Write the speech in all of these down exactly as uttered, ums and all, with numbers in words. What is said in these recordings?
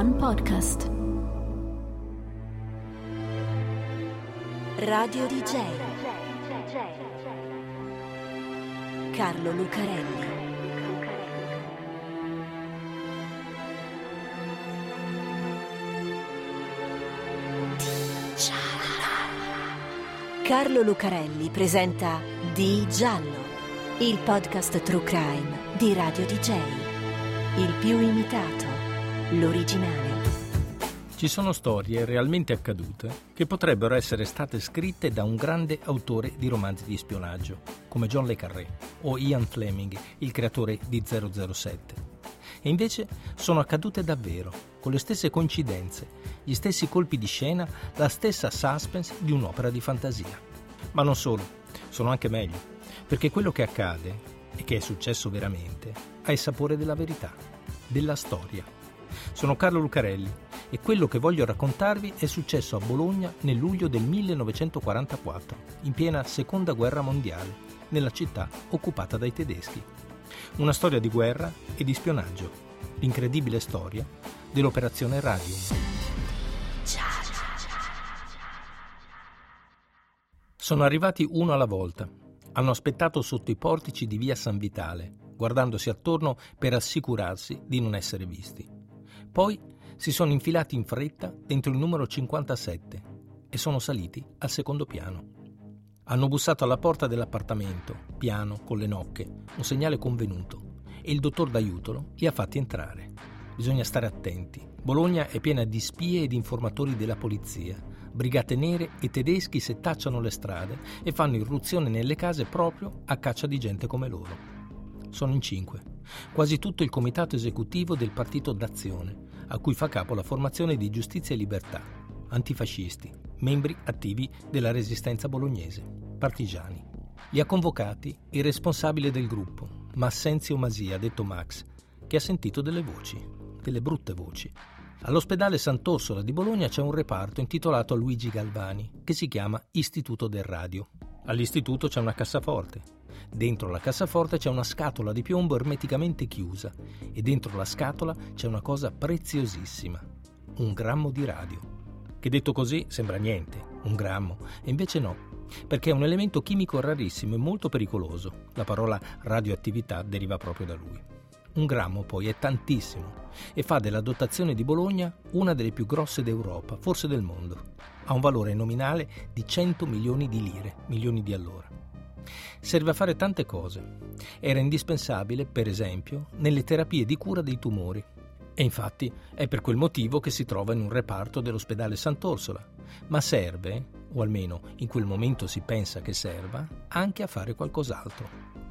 One Podcast. Radio D J Carlo Lucarelli. Carlo Lucarelli presenta Di Giallo, il podcast True Crime di Radio D J, il più imitato, l'originale. Ci sono storie realmente accadute che potrebbero essere state scritte da un grande autore di romanzi di spionaggio, come John le Carré o Ian Fleming, il creatore di zero zero sette. E invece sono accadute davvero, con le stesse coincidenze, gli stessi colpi di scena, la stessa suspense di un'opera di fantasia. Ma non solo, sono anche meglio, perché quello che accade, e che è successo veramente, ha il sapore della verità, della storia. Sono Carlo Lucarelli e quello che voglio raccontarvi è successo a Bologna nel luglio del millenovecentoquarantaquattro, in piena Seconda Guerra Mondiale, nella città occupata dai tedeschi. Una storia di guerra e di spionaggio, l'incredibile storia dell'operazione Radium. Sono arrivati uno alla volta. Hanno aspettato sotto i portici di via San Vitale, guardandosi attorno per assicurarsi di non essere visti. Poi si sono infilati in fretta dentro il numero cinquantasette e sono saliti al secondo piano. Hanno bussato alla porta dell'appartamento, piano, con le nocche, un segnale convenuto, e il dottor D'Aiutolo li ha fatti entrare. Bisogna stare attenti. Bologna è piena di spie e di informatori della polizia. Brigate nere e tedeschi setacciano le strade e fanno irruzione nelle case proprio a caccia di gente come loro. Sono in cinque, quasi tutto il comitato esecutivo del Partito d'Azione, a cui fa capo la formazione di Giustizia e Libertà, antifascisti, membri attivi della resistenza bolognese, partigiani. Li ha convocati il responsabile del gruppo, Massenzio Masia, detto Max, che ha sentito delle voci, delle brutte voci. All'ospedale Sant'Orsola di Bologna c'è un reparto intitolato a Luigi Galvani, che si chiama Istituto del Radio. All'istituto c'è una cassaforte. Dentro la cassaforte c'è una scatola di piombo ermeticamente chiusa e dentro la scatola c'è una cosa preziosissima, un grammo di radio, che detto così sembra niente, un grammo, e invece no, perché è un elemento chimico rarissimo e molto pericoloso. La parola radioattività deriva proprio da lui. Un grammo poi è tantissimo e fa della dotazione di Bologna una delle più grosse d'Europa, forse del mondo. Ha un valore nominale di cento milioni di lire, milioni di allora. Serve a fare tante cose. Era indispensabile, per esempio, nelle terapie di cura dei tumori. E infatti è per quel motivo che si trova in un reparto dell'ospedale Sant'Orsola. Ma serve, o almeno in quel momento si pensa che serva, anche a fare qualcos'altro.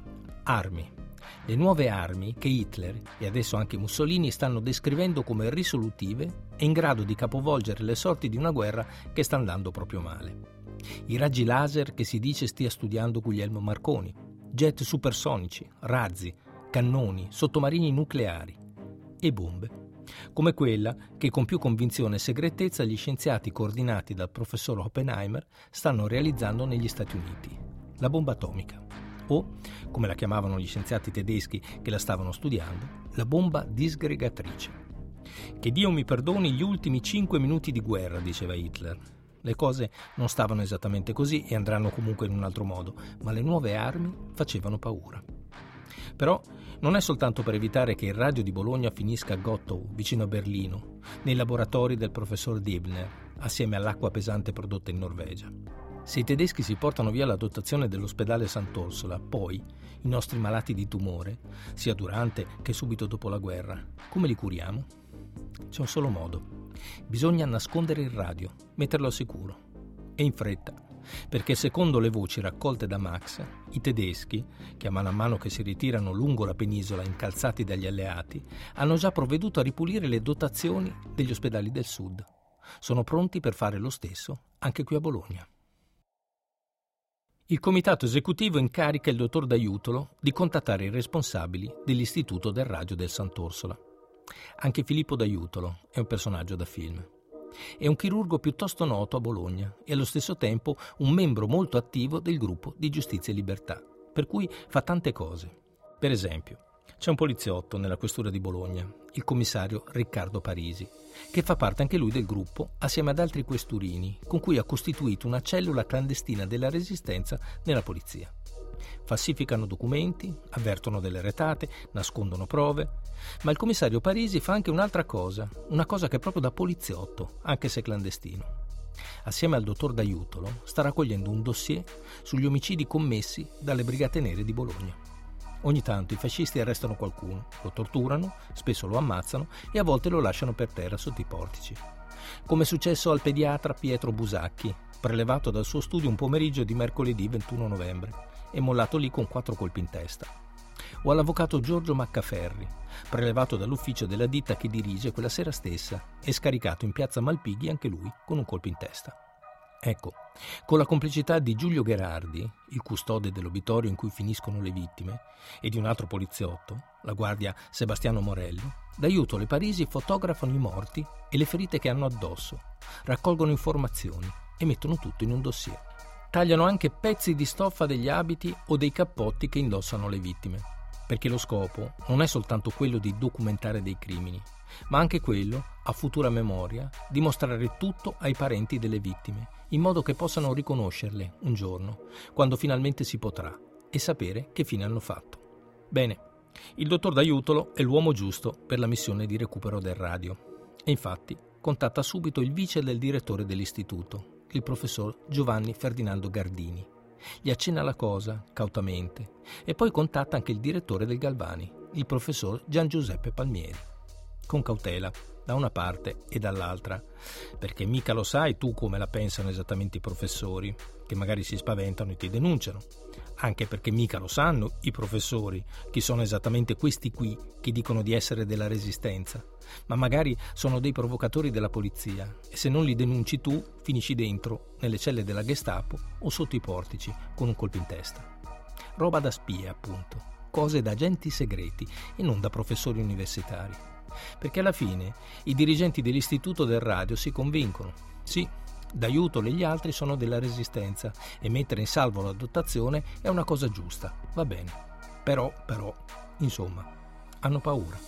Armi. Le nuove armi che Hitler e adesso anche Mussolini stanno descrivendo come risolutive e in grado di capovolgere le sorti di una guerra che sta andando proprio male. I raggi laser che si dice stia studiando Guglielmo Marconi, jet supersonici, razzi, cannoni, sottomarini nucleari e bombe, come quella che con più convinzione e segretezza gli scienziati coordinati dal professor Oppenheimer stanno realizzando negli Stati Uniti, la bomba atomica. O, come la chiamavano gli scienziati tedeschi che la stavano studiando, la bomba disgregatrice. Che Dio mi perdoni gli ultimi cinque minuti di guerra, diceva Hitler. Le cose non stavano esattamente così e andranno comunque in un altro modo, ma le nuove armi facevano paura. Però non è soltanto per evitare che il radio di Bologna finisca a Gottow, vicino a Berlino, nei laboratori del professor Dibner, assieme all'acqua pesante prodotta in Norvegia. Se i tedeschi si portano via la dotazione dell'ospedale Sant'Orsola, poi i nostri malati di tumore, sia durante che subito dopo la guerra, come li curiamo? C'è un solo modo. Bisogna nascondere il radio, metterlo al sicuro. E in fretta, perché secondo le voci raccolte da Max, i tedeschi, che a mano a mano che si ritirano lungo la penisola incalzati dagli alleati, hanno già provveduto a ripulire le dotazioni degli ospedali del sud. Sono pronti per fare lo stesso anche qui a Bologna. Il comitato esecutivo incarica il dottor D'Aiutolo di contattare i responsabili dell'Istituto del Radio del Sant'Orsola. Anche Filippo D'Aiutolo è un personaggio da film. È un chirurgo piuttosto noto a Bologna e allo stesso tempo un membro molto attivo del gruppo di Giustizia e Libertà, per cui fa tante cose. Per esempio, C'è un poliziotto nella questura di Bologna, il commissario Riccardo Parisi, che fa parte anche lui del gruppo assieme ad altri questurini con cui ha costituito una cellula clandestina della resistenza nella polizia. Falsificano documenti, avvertono delle retate, nascondono prove, ma il commissario Parisi fa anche un'altra cosa, una cosa che è proprio da poliziotto, anche se clandestino. Assieme al dottor D'Aiutolo sta raccogliendo un dossier sugli omicidi commessi dalle Brigate Nere di Bologna. Ogni tanto i fascisti arrestano qualcuno, lo torturano, spesso lo ammazzano e a volte lo lasciano per terra sotto i portici. Come è successo al pediatra Pietro Busacchi, prelevato dal suo studio un pomeriggio di mercoledì ventuno novembre e mollato lì con quattro colpi in testa. O all'avvocato Giorgio Maccaferri, prelevato dall'ufficio della ditta che dirige quella sera stessa e scaricato in piazza Malpighi anche lui con un colpo in testa. Ecco, con la complicità di Giulio Gherardi, il custode dell'obitorio in cui finiscono le vittime, e di un altro poliziotto, la guardia Sebastiano Morello, D'Aiutolo e Parisi fotografano i morti e le ferite che hanno addosso, raccolgono informazioni e mettono tutto in un dossier. Tagliano anche pezzi di stoffa degli abiti o dei cappotti che indossano le vittime, perché lo scopo non è soltanto quello di documentare dei crimini, ma anche quello, a futura memoria, di mostrare tutto ai parenti delle vittime, in modo che possano riconoscerle un giorno, quando finalmente si potrà, e sapere che fine hanno fatto. Bene, il dottor D'Aiutolo è l'uomo giusto per la missione di recupero del radio, e infatti contatta subito il vice del direttore dell'istituto, il professor Giovanni Ferdinando Gardini. Gli accenna la cosa, cautamente, e poi contatta anche il direttore del Galvani, il professor Gian Giuseppe Palmieri. Con cautela, da una parte e dall'altra, perché mica lo sai tu come la pensano esattamente i professori, che magari si spaventano e ti denunciano. Anche perché mica lo sanno i professori, chi sono esattamente questi qui che dicono di essere della resistenza, ma magari sono dei provocatori della polizia e se non li denunci tu finisci dentro, nelle celle della Gestapo o sotto i portici con un colpo in testa. Roba da spie, appunto, cose da agenti segreti e non da professori universitari. Perché alla fine i dirigenti dell'istituto del radio si convincono, sì, D'Aiutolo e gli altri sono della resistenza e mettere in salvo la dotazione è una cosa giusta, va bene. Però, però, insomma, hanno paura.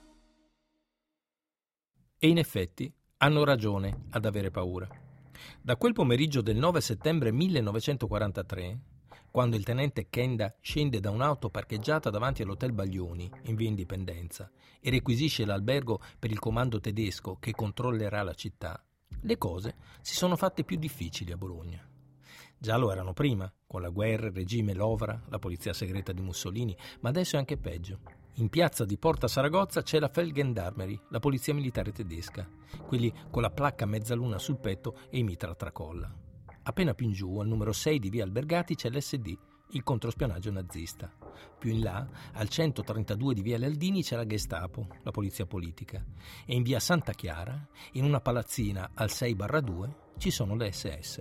E in effetti hanno ragione ad avere paura. Da quel pomeriggio del nove settembre millenovecentoquarantatré, quando il tenente Kenda scende da un'auto parcheggiata davanti all'hotel Baglioni, in via Indipendenza, e requisisce l'albergo per il comando tedesco che controllerà la città, le cose si sono fatte più difficili a Bologna. Già lo erano prima, con la guerra, il regime, l'Ovra, la polizia segreta di Mussolini, ma adesso è anche peggio. In piazza di Porta Saragozza c'è la Feldgendarmerie, la polizia militare tedesca, quelli con la placca a mezzaluna sul petto e i mitra a tracolla. Appena più in giù, al numero sei di via Albergati, c'è l'S D, il controspionaggio nazista. Più in là, al centotrentadue di via Lealdini, c'è la Gestapo, la polizia politica. E in via Santa Chiara, in una palazzina al sei barra due, ci sono le S S.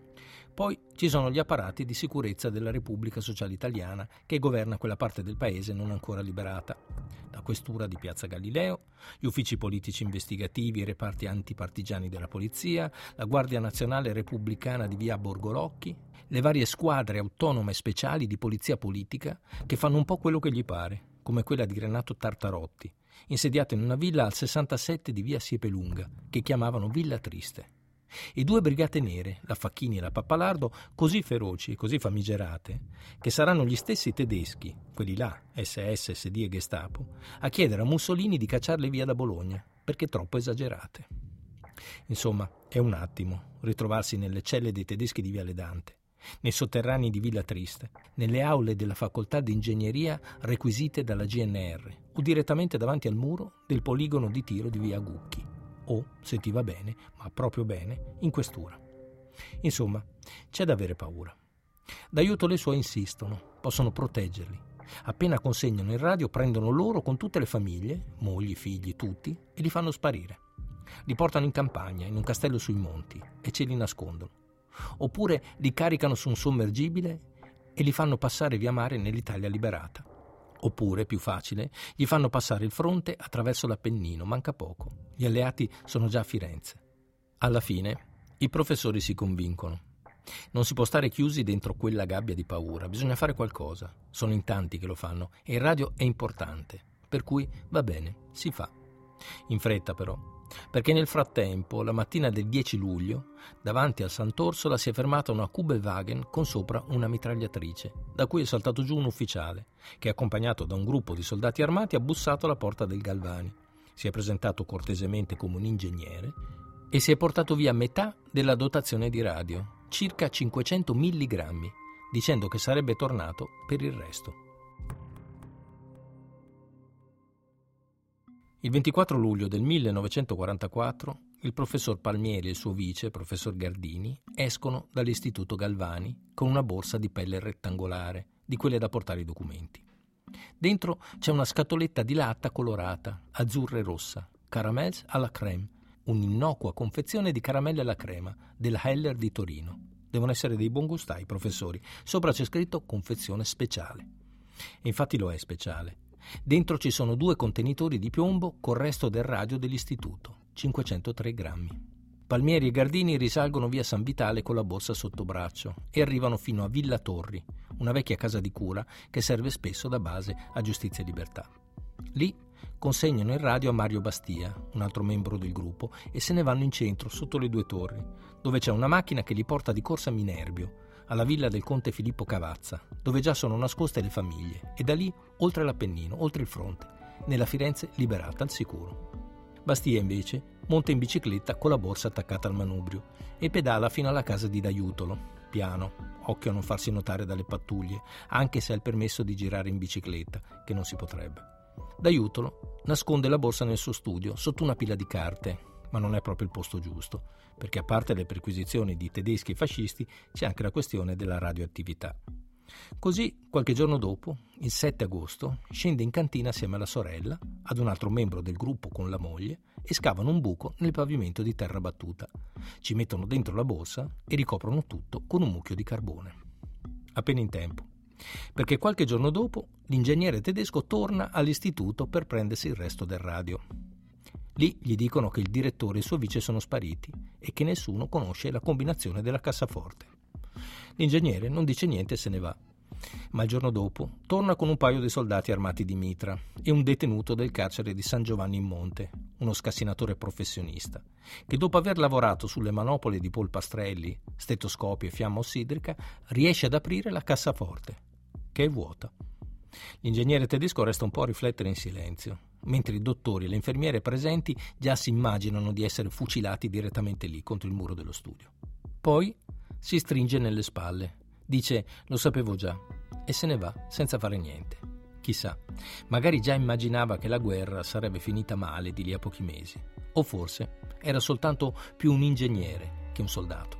Poi ci sono gli apparati di sicurezza della Repubblica Sociale Italiana che governa quella parte del paese non ancora liberata. La questura di Piazza Galileo, gli uffici politici investigativi e i reparti antipartigiani della polizia, la Guardia Nazionale Repubblicana di via Borgolocchi, le varie squadre autonome speciali di polizia politica che fanno un po' quello che gli pare, come quella di Renato Tartarotti, insediata in una villa al sessantasette di via Siepelunga, che chiamavano Villa Triste. E due brigate nere, la Facchini e la Pappalardo, così feroci e così famigerate, che saranno gli stessi tedeschi, quelli là, S S, S D e Gestapo, a chiedere a Mussolini di cacciarle via da Bologna, perché troppo esagerate. Insomma, è un attimo ritrovarsi nelle celle dei tedeschi di Viale Dante, nei sotterranei di Villa Triste, nelle aule della facoltà di ingegneria requisite dalla G N R o direttamente davanti al muro del poligono di tiro di via Gucchi. O, se ti va bene, ma proprio bene, in questura. Insomma, c'è da avere paura. D'Aiutolo e suoi insistono, possono proteggerli. Appena consegnano il radio, prendono loro con tutte le famiglie, mogli, figli, tutti, e li fanno sparire. Li portano in campagna, in un castello sui monti, e ce li nascondono. Oppure li caricano su un sommergibile e li fanno passare via mare nell'Italia liberata. Oppure, più facile, gli fanno passare il fronte attraverso l'Appennino, manca poco. Gli alleati sono già a Firenze. Alla fine, i professori si convincono. Non si può stare chiusi dentro quella gabbia di paura, bisogna fare qualcosa. Sono in tanti che lo fanno e il radio è importante, per cui va bene, si fa. In fretta però, perché nel frattempo, la mattina del dieci luglio, davanti al Sant'Orsola si è fermata una Kubelwagen con sopra una mitragliatrice, da cui è saltato giù un ufficiale, che accompagnato da un gruppo di soldati armati ha bussato alla porta del Galvani. Si è presentato cortesemente come un ingegnere e si è portato via metà della dotazione di radio, circa cinquecento milligrammi, dicendo che sarebbe tornato per il resto. Il ventiquattro luglio del millenovecentoquarantaquattro il professor Palmieri e il suo vice, professor Gardini, escono dall'Istituto Galvani con una borsa di pelle rettangolare, di quelle da portare i documenti. Dentro c'è una scatoletta di latta colorata, azzurra e rossa, caramels alla crème, un'innocua confezione di caramelle alla crema della Heller di Torino. Devono essere dei buon gustai, professori. Sopra c'è scritto confezione speciale. E infatti lo è speciale. Dentro ci sono due contenitori di piombo col resto del radio dell'istituto, cinquecentotre grammi. Palmieri e Gardini risalgono via San Vitale con la borsa sotto braccio e arrivano fino a Villa Torri, una vecchia casa di cura che serve spesso da base a Giustizia e Libertà. Lì consegnano il radio a Mario Bastia, un altro membro del gruppo, e se ne vanno in centro, sotto le due torri, dove c'è una macchina che li porta di corsa a Minerbio, alla villa del conte Filippo Cavazza, dove già sono nascoste le famiglie, e da lì oltre l'Appennino, oltre il fronte, nella Firenze liberata al sicuro. Bastia invece monta in bicicletta con la borsa attaccata al manubrio e pedala fino alla casa di D'Aiutolo, piano, occhio a non farsi notare dalle pattuglie, anche se ha il permesso di girare in bicicletta, che non si potrebbe. D'Aiutolo nasconde la borsa nel suo studio, sotto una pila di carte, ma non è proprio il posto giusto, perché a parte le perquisizioni di tedeschi e fascisti c'è anche la questione della radioattività. Così, qualche giorno dopo, il sette agosto, scende in cantina assieme alla sorella, ad un altro membro del gruppo con la moglie, e scavano un buco nel pavimento di terra battuta. Ci mettono dentro la borsa e ricoprono tutto con un mucchio di carbone. Appena in tempo, perché qualche giorno dopo l'ingegnere tedesco torna all'istituto per prendersi il resto del radio. Lì gli dicono che il direttore e il suo vice sono spariti e che nessuno conosce la combinazione della cassaforte. L'ingegnere non dice niente e se ne va, ma il giorno dopo torna con un paio di soldati armati di mitra e un detenuto del carcere di San Giovanni in Monte, uno scassinatore professionista, che dopo aver lavorato sulle manopole di polpastrelli, stetoscopi e fiamma ossidrica, riesce ad aprire la cassaforte, che è vuota. L'ingegnere tedesco resta un po' a riflettere in silenzio, mentre i dottori e le infermiere presenti già si immaginano di essere fucilati direttamente lì contro il muro dello studio. Poi si stringe nelle spalle, dice «lo sapevo già» e se ne va senza fare niente. Chissà, magari già immaginava che la guerra sarebbe finita male di lì a pochi mesi, o forse era soltanto più un ingegnere che un soldato.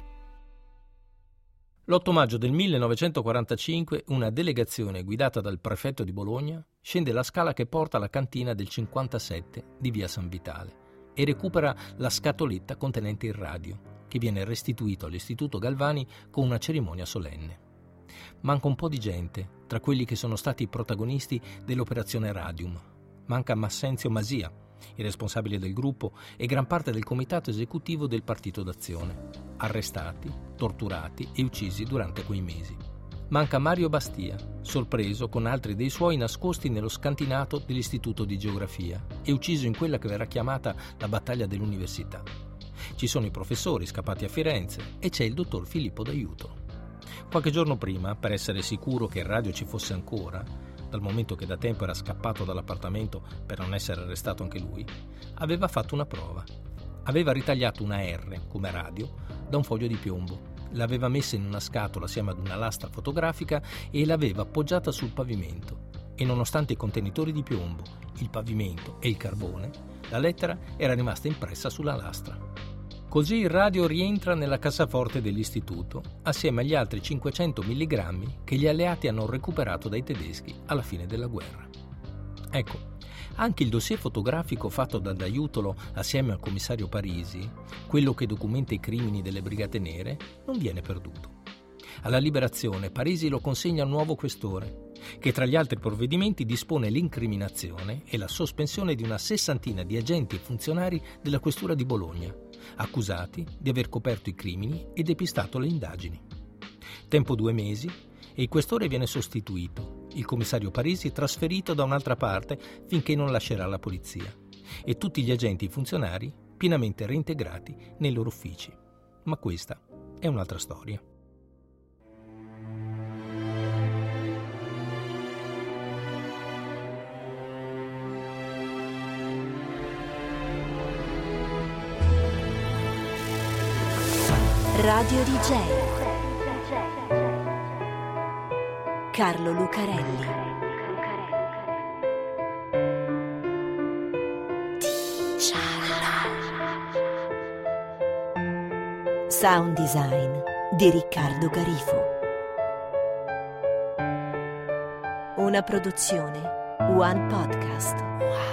L'otto maggio del millenovecentoquarantacinque una delegazione guidata dal prefetto di Bologna scende la scala che porta alla cantina del cinquantasette di via San Vitale e recupera la scatoletta contenente il radio, che viene restituito all'Istituto Galvani con una cerimonia solenne. Manca un po' di gente, tra quelli che sono stati i protagonisti dell'operazione Radium. Manca Massenzio Masia, il responsabile del gruppo, e gran parte del comitato esecutivo del Partito d'Azione, arrestati, torturati e uccisi durante quei mesi. Manca Mario Bastia, sorpreso con altri dei suoi nascosti nello scantinato dell'Istituto di Geografia e ucciso in quella che verrà chiamata la battaglia dell'università. Ci sono i professori scappati a Firenze e c'è il dottor Filippo D'Aiutolo. Qualche giorno prima, per essere sicuro che il radio ci fosse ancora, dal momento che da tempo era scappato dall'appartamento per non essere arrestato anche lui, aveva fatto una prova. Aveva ritagliato una R, come radio, da un foglio di piombo, l'aveva messa in una scatola assieme ad una lastra fotografica e l'aveva appoggiata sul pavimento. E nonostante i contenitori di piombo, il pavimento e il carbone, la lettera era rimasta impressa sulla lastra. Così il radio rientra nella cassaforte dell'istituto, assieme agli altri cinquecento milligrammi che gli alleati hanno recuperato dai tedeschi alla fine della guerra. Ecco, anche il dossier fotografico fatto da D'Aiutolo assieme al commissario Parisi, quello che documenta i crimini delle Brigate Nere, non viene perduto. Alla Liberazione Parisi lo consegna al nuovo questore, che tra gli altri provvedimenti dispone l'incriminazione e la sospensione di una sessantina di agenti e funzionari della questura di Bologna, accusati di aver coperto i crimini e depistato le indagini. Tempo due mesi e il questore viene sostituito, il commissario Parisi trasferito da un'altra parte finché non lascerà la polizia, e tutti gli agenti e i funzionari pienamente reintegrati nei loro uffici. Ma questa è un'altra storia. Radio D J Carlo Lucarelli. Sound design di Riccardo Garifo. Una produzione One Podcast.